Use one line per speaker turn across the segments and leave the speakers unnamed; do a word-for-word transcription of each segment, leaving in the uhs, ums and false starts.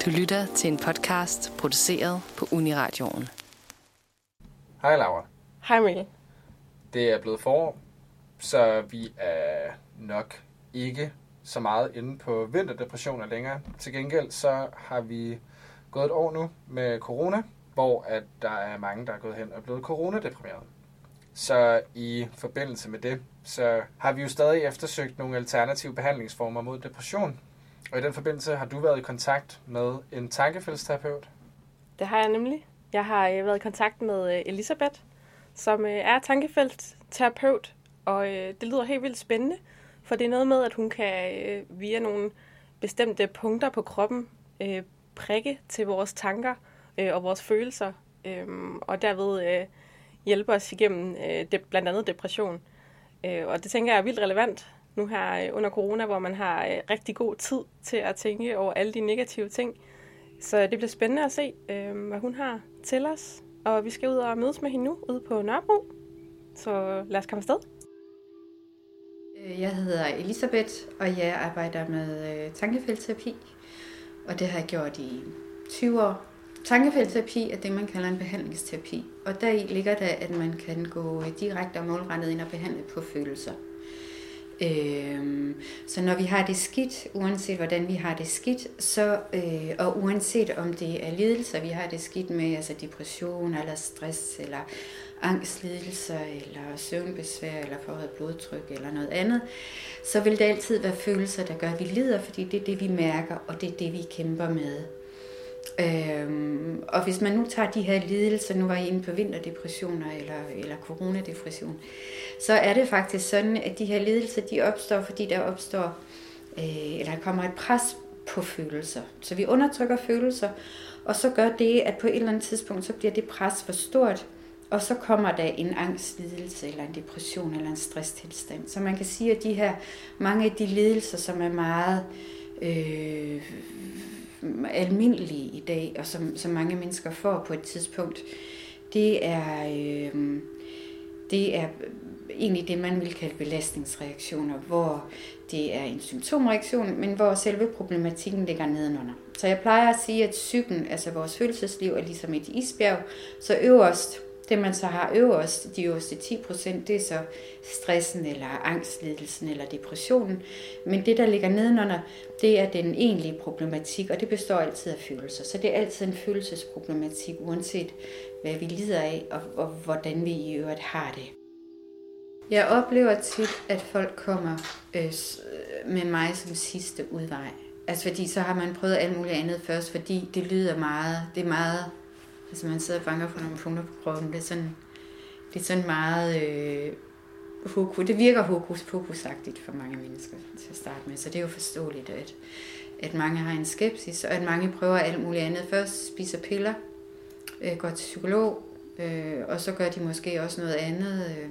Du lytter til en podcast produceret på Uniradioen.
Hej Laura.
Hej Mikkel.
Det er blevet forår, så vi er nok ikke så meget inde på vinterdepressioner længere. Til gengæld så har vi gået et år nu med corona, hvor at der er mange, der er gået hen og blevet coronadeprimeret. Så i forbindelse med det, så har vi jo stadig eftersøgt nogle alternative behandlingsformer mod depression. Og i den forbindelse har du været i kontakt med en tankefeltsterapeut.
Det har jeg nemlig. Jeg har været i kontakt med Elisabeth, som er tankefeltsterapeut, og det lyder helt vildt spændende, for det er noget med, at hun kan via nogle bestemte punkter på kroppen prikke til vores tanker og vores følelser, og derved hjælpe os igennem blandt andet depression. Og det tænker jeg er vildt relevant nu her under corona, hvor man har rigtig god tid til at tænke over alle de negative ting. Så det bliver spændende at se, hvad hun har til os. Og vi skal ud og mødes med hende nu ude på Nørrebro. Så lad os komme afsted.
Jeg hedder Elisabeth, og jeg arbejder med tankefeltterapi. Og det har jeg gjort i tyve år. Tankefeltterapi er det, man kalder en behandlingsterapi. Og deri ligger der, at man kan gå direkte og målrettet ind og behandle på følelser. Øhm, så når vi har det skidt, uanset hvordan vi har det skidt, så, øh, og uanset om det er lidelser, vi har det skidt med, altså depression, eller stress, eller angstlidelser, eller søvnbesvær, eller forhøjet blodtryk, eller noget andet, så vil det altid være følelser, der gør, at vi lider, fordi det er det, vi mærker, og det er det, vi kæmper med. Øhm, og hvis man nu tager de her lidelser, nu var I inde på vinterdepressioner eller, eller coronadepression, så er det faktisk sådan, at de her lidelser, de opstår, fordi der opstår, øh, eller der kommer et pres på følelser. Så vi undertrykker følelser, og så gør det, at på et eller andet tidspunkt, så bliver det pres for stort, og så kommer der en angstlidelse, eller en depression, eller en stresstilstand. Så man kan sige, at de her, mange af de lidelser, som er meget øh, almindelige i dag, og som, som mange mennesker får på et tidspunkt, det er, øh, det er egentlig det, man vil kalde belastningsreaktioner, hvor det er en symptomreaktion, men hvor selve problematikken ligger nedenunder. Så jeg plejer at sige, at psyken, altså vores følelsesliv, er ligesom et isbjerg, så øverst, det man så har øverst, de øverste ti procent, det er så stressen, eller angstlidelsen, eller depressionen. Men det, der ligger nedenunder, det er den egentlige problematik, og det består altid af følelser. Så det er altid en følelsesproblematik, uanset hvad vi lider af, og, og hvordan vi i øvrigt har det. Jeg oplever tit, at folk kommer øh, med mig som sidste udvej. Altså fordi så har man prøvet alt muligt andet først, fordi det lyder meget, det er meget, altså man sidder og banker på nogle punkter på kroppen, det er sådan, det er sådan meget, øh, hokus, det virker hokus pokusagtigt for mange mennesker til at starte med, så det er jo forståeligt, at, at mange har en skepsis, og at mange prøver alt muligt andet først, spiser piller, øh, går til psykolog, øh, og så gør de måske også noget andet. Øh,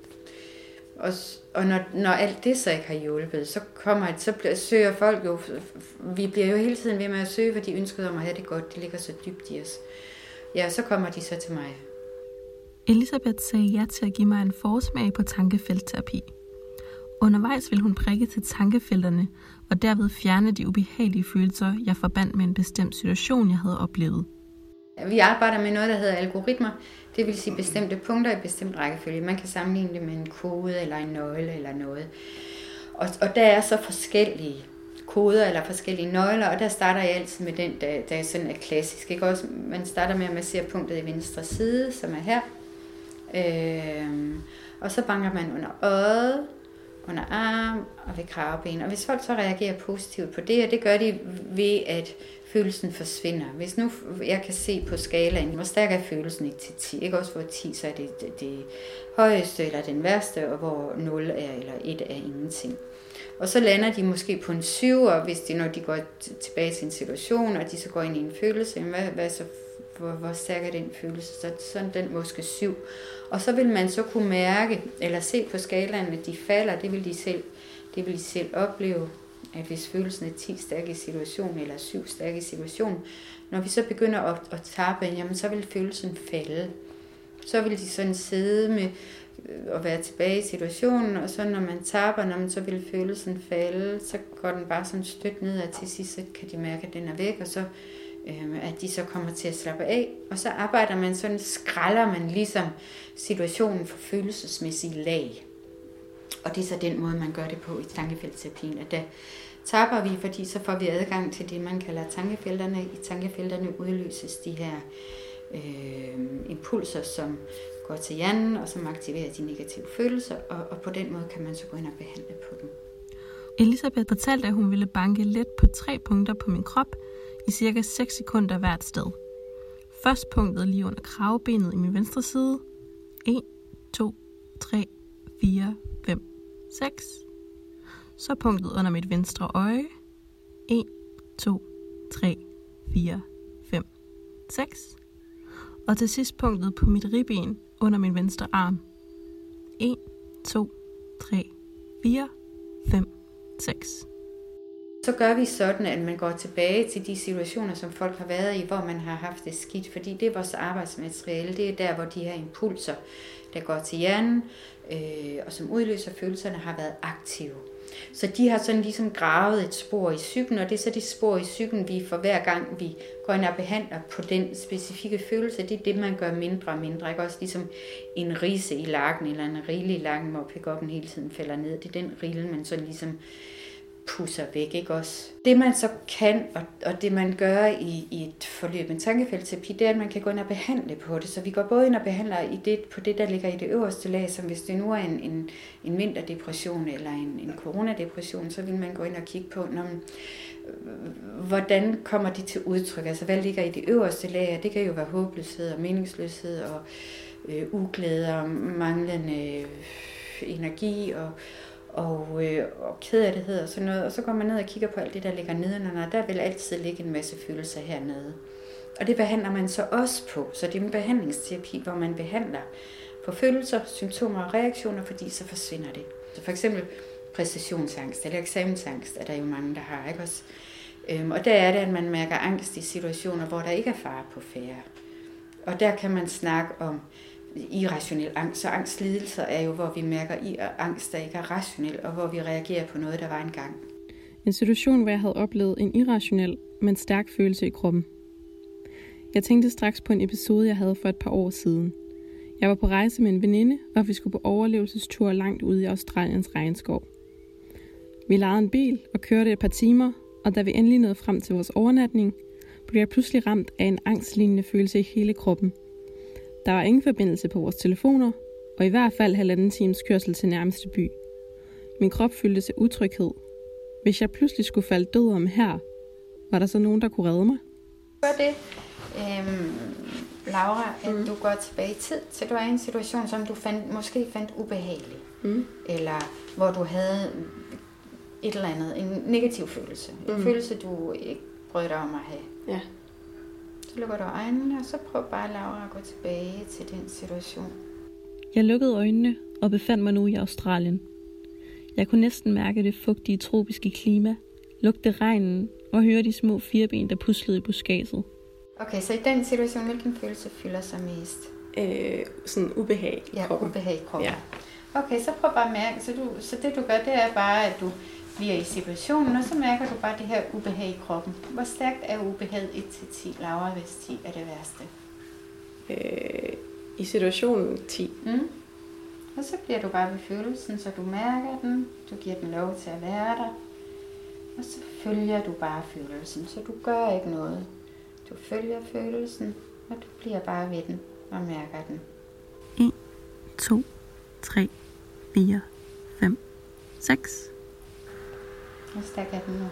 og og når, når alt det så ikke har hjulpet, så, kommer, så søger folk jo, vi bliver jo hele tiden ved med at søge, for de ønsker om at have det godt, det ligger så dybt i os. Ja, så kommer de så til mig.
Elisabeth sagde ja til at give mig en forsmag på tankefeltterapi. Undervejs ville hun prikke til tankefelterne, og derved fjerne de ubehagelige følelser, jeg forbandt med en bestemt situation, jeg havde oplevet.
Vi arbejder med noget, der hedder algoritmer. Det vil sige bestemte punkter i bestemt rækkefølge. Man kan sammenligne det med en kode eller en nøgle eller noget. Og, og der er så forskellige koder eller forskellige nøgler, og der starter jeg altid med den, der, der sådan er klassisk. Ikke? Også, man starter med at massere punktet i venstre side, som er her. Øhm, og så banker man under øjet, under arm og ved kraveben. Og hvis folk så reagerer positivt på det, og det gør de ved, at følelsen forsvinder. Hvis nu jeg kan se på skalaen, hvor stærk er følelsen ikke til ti, ikke også hvor ti så er det, det, det højeste eller den værste, og hvor nul er eller et er ingenting. Og så lander de måske på en syv, og hvis de, når de går tilbage til en situation, og de så går ind i en følelse, hvad, hvad så, hvor, hvor stærk er den følelse, så sådan den måske syv. Og så vil man så kunne mærke, eller se på skalaen, at de falder, det vil de selv, det vil de selv opleve, at hvis følelsen er ti stærk i situationen, eller syv stærk i situationen, når vi så begynder at, at tappe, jamen så vil følelsen falde. Så vil de sådan sidde med at være tilbage i situationen, og så når man taber, når man så vil følelsen falde, så går den bare sådan stødt ned, og til sidst så kan de mærke, at den er væk, og så øh, at de så kommer til at slappe af, og så arbejder man sådan, skralder man ligesom situationen for følelsesmæssige lag. Og det er så den måde, man gør det på i tankefeltterapien, at der taber vi, fordi så får vi adgang til det, man kalder tankefelterne. I tankefelterne udløses de her øh, impulser, som går til hjernen, og som aktiverer de negative følelser, og, og på den måde kan man så gå ind og behandle på dem.
Elisabeth fortalte, at hun ville banke let på tre punkter på min krop i cirka seks sekunder hvert sted. Først punktet lige under kravebenet i min venstre side. en, to, tre, fire, fem, seks. Så punktet under mit venstre øje. en, to, tre, fire, fem, seks. Og til sidst punktet på mit ribben under min venstre arm. en, to, tre, fire, fem, seks.
Så gør vi sådan, at man går tilbage til de situationer, som folk har været i, hvor man har haft det skidt, fordi det er vores arbejdsmateriale. Det er der, hvor de her impulser, der går til hjernen, øh, og som udløser følelserne, har været aktive. Så de har sådan ligesom gravet et spor i psyken, og det er så det spor i psyken, vi for hver gang vi går ind og behandler på den specifikke følelse, det er det, man gør mindre og mindre. Ikke også ligesom en rise i lakken, eller en rille i lakken, hvor pick-up'en hele tiden falder ned. Det er den rille, man sådan ligesom pusser væk, ikke også? Det man så kan, og, og det man gør i, i et forløb med tankefeltterapi, det er, at man kan gå ind og behandle på det. Så vi går både ind og behandler i det, på det, der ligger i det øverste lag, som hvis det nu er en, en, en vinterdepression eller en, en coronadepression, så vil man gå ind og kigge på, når man, hvordan kommer det til udtryk? Altså, hvad ligger i det øverste lag? Det kan jo være håbløshed og meningsløshed og øh, uglæde og manglende øh, energi og og, øh, og kederlighed og sådan noget, og så går man ned og kigger på alt det, der ligger nedenunder, og der vil altid ligge en masse følelser hernede. Og det behandler man så også på, så det er en behandlingsterapi, hvor man behandler på følelser, symptomer og reaktioner, fordi så forsvinder det. Så for eksempel præstationsangst eller eksamensangst er der jo mange, der har, ikke også? Øhm, og der er det, at man mærker angst i situationer, hvor der ikke er fare på færde. Og der kan man snakke om irrationel angst, så angstlidelser er jo, hvor vi mærker i angst, der ikke er rationel, og hvor vi reagerer på noget, der var engang.
En situation, hvor jeg havde oplevet en irrationel, men stærk følelse i kroppen. Jeg tænkte straks på en episode, jeg havde for et par år siden. Jeg var på rejse med en veninde, og vi skulle på overlevelsestur langt ude i Australiens regnskov. Vi lejede en bil og kørte et par timer, og da vi endelig nåede frem til vores overnatning, blev jeg pludselig ramt af en angstlignende følelse i hele kroppen. Der var ingen forbindelse på vores telefoner, og i hvert fald halvanden times kørsel til nærmeste by. Min krop fyldtes af utryghed. Hvis jeg pludselig skulle falde død om her, var der så nogen, der kunne redde mig?
Gør det, øhm, Laura, at mm. du går tilbage i tid, så du er i en situation, som du fandt, måske fandt ubehagelig. Mm. Eller hvor du havde et eller andet, en negativ følelse. En mm. følelse, du ikke brød dig om at have. Ja. Så lukker du øjnene, og så prøv bare, Laura, at gå tilbage til den situation.
Jeg lukkede øjnene og befandt mig nu i Australien. Jeg kunne næsten mærke det fugtige tropiske klima, lugte regnen og høre de små fireben, der puslede i buskadset.
Okay, så i den situation, hvilken følelse fylder sig mest?
Øh, sådan ubehag i
ja,
kroppen.
ubehag i kroppen.
Ja.
Okay, så prøv bare at mærke. Så, du, så det du gør, det er bare, at du bliver i situationen, og så mærker du bare det her ubehag i kroppen. Hvor stærkt er ubehaget et til ti, Laura, hvis ti er det værste?
Øh, I situationen ti.
Mm. Og så bliver du bare ved følelsen, så du mærker den, du giver den lov til at være der, og så følger du bare følelsen, så du gør ikke noget. Du følger følelsen, og du bliver bare ved den og mærker den.
en, to, tre, fire, fem, seks.
Hvor stærk er den nu?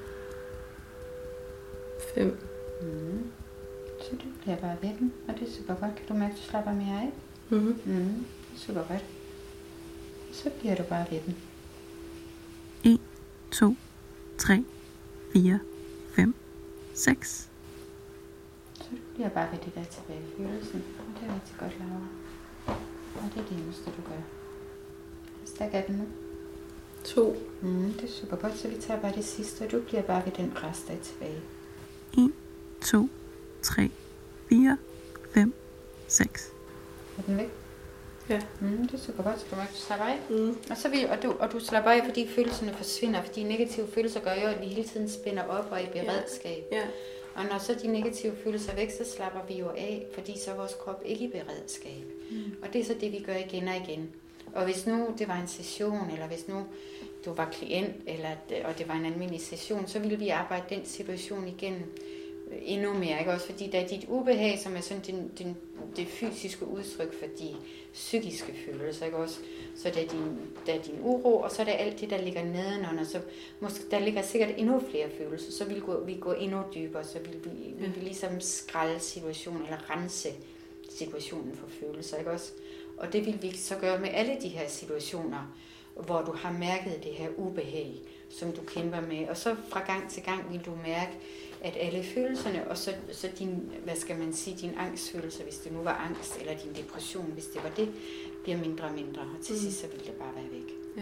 fem.
Mm. Så du bliver bare ved den, og det er super godt. Kan du mærke, at du slapper mere af?
Mm-hmm.
Mm. Super godt. Så bliver du bare ved den.
en, to, tre, fire, fem, seks.
Så du bliver bare ved det der tilbage i følelsen. Og det er rigtig godt, Laura. Og det er det eneste, du gør. Hvor stærk er den nu?
To.
Mm, det er super godt, så vi tager bare det sidste, og du bliver bare ved den rest, der er tilbage.
en, to, tre, fire, fem, seks.
Er den væk?
Ja.
Mm, det er super godt, så du slapper af.
Mm.
Og, så vil, og, du, og du slapper af, fordi følelserne forsvinder, fordi negative følelser gør jo, at vi hele tiden spænder op og er i beredskab.
Ja.
Og når så de negative følelser væk, så slapper vi jo af, fordi så er vores krop ikke i beredskab. Mm. Og det er så det, vi gør igen og igen. Og hvis nu det var en session, eller hvis nu du var klient, eller, og det var en almindelig session, så ville vi arbejde den situation igennem endnu mere. Ikke? Også fordi der er dit ubehag, som er sådan din, din, det fysiske udtryk for de psykiske følelser. Ikke? Også, så der er, din, der er din uro, og så er der alt det, der ligger nedenunder. Så måske, der ligger sikkert endnu flere følelser, så vil vi gå endnu dybere, så vil vi, vi vil ligesom skralde situationen, eller rense situationen for følelser. Ikke? Også, og det vil vi så gøre med alle de her situationer, hvor du har mærket det her ubehag, som du kæmper med. Og så fra gang til gang vil du mærke, at alle følelserne, og så, så din, hvad skal man sige, din angstfølelse, hvis det nu var angst, eller din depression, hvis det var det, bliver mindre og mindre. Og til mm. sidst, så vil det bare være væk.
Ja.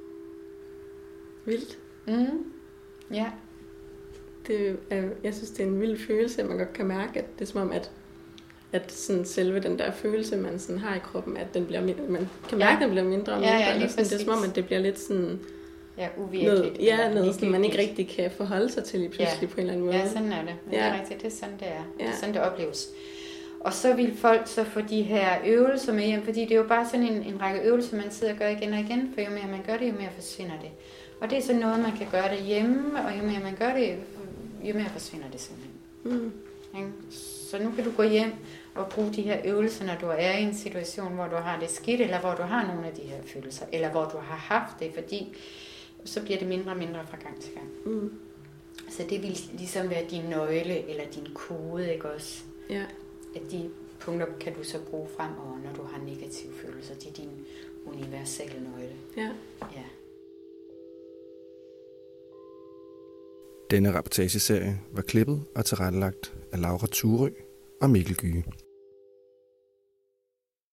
Vildt.
Mm. Ja.
Det er, jeg synes, det er en vild følelse, at man godt kan mærke, at det er som om, at at sådan selve den der følelse, man sådan har i kroppen, at den bliver mindre, man kan mærke, ja. at den bliver mindre og mindre.
Ja, ja,
eller sådan, det er som om, at det bliver lidt sådan
ja, uvirkeligt.
Ja, noget, sådan, man ikke rigtig kan forholde sig til lige pludselig ja. på en eller anden måde.
Ja, sådan er det. Men
ja.
det er rigtigt, det er sådan, det er. Ja. Det er sådan, det opleves. Og så vil folk så få de her øvelser med hjem, fordi det er jo bare sådan en, en række øvelser, man sidder og gør igen og igen, for jo mere man gør det, jo mere forsvinder det. Og det er sådan noget, man kan gøre derhjemme, og jo mere man gør det, jo mere forsvinder det simpelthen. Mm. Ja. Så nu kan du gå hjem og bruge de her øvelser, når du er i en situation, hvor du har det skidt, eller hvor du har nogle af de her følelser, eller hvor du har haft det, fordi så bliver det mindre og mindre fra gang til gang. Mm. Så det vil ligesom være din nøgle, eller din kode, ikke også?
Ja.
At de punkter kan du så bruge fremover, når du har negative følelser. Det er din universelle nøgle.
Ja.
Ja.
Denne reportageserie var klippet og tilrettelagt af Laura Thurø og Mikkel Gyge.